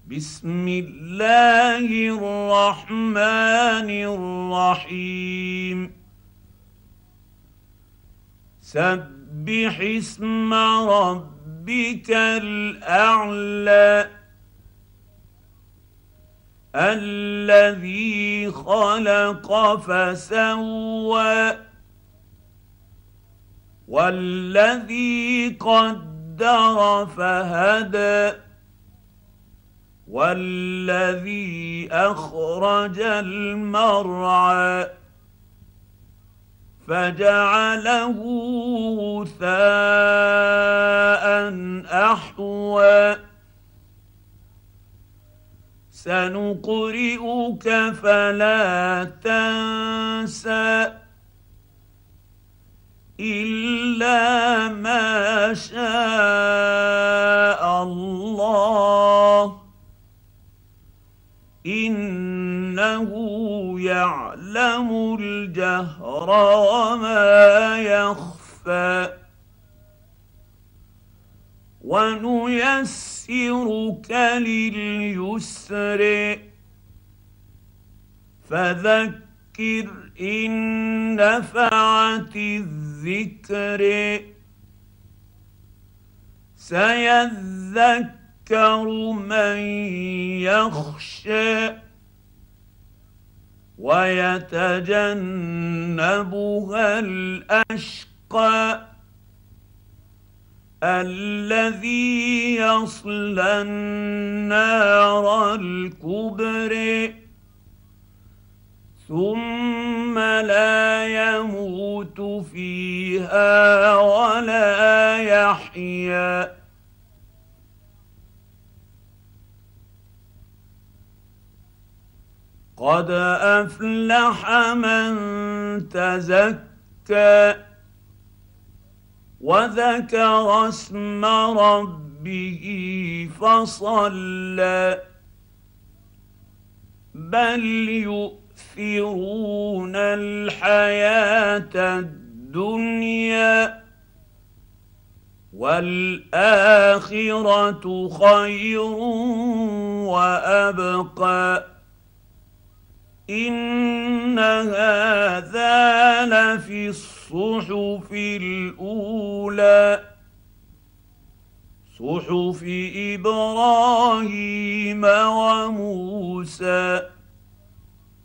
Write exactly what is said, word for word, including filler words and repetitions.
بسم الله الرحمن الرحيم سبح اسم ربك الأعلى الذي خلق فسوى والذي قدر فهدى والذي أخرج المرعى فجعله غثاء أحوى سنقرئك فلا تنسى إلا ما شاء الله إنه يعلم الجهر وما يخفى ونيسرك لليسر فذكر إن نفعت الذكر سيذكر من يخشى ويتجنبها الأشقى الذي يصلى النار الكبرى ثم لا يموت فيها ولا يحيا قد أفلح من تزكى وذكر اسم ربه فصلى بل يؤثرون الحياة الدنيا والآخرة خير وأبقى إن هذا لفي الصحف الأولى صحف إبراهيم وموسى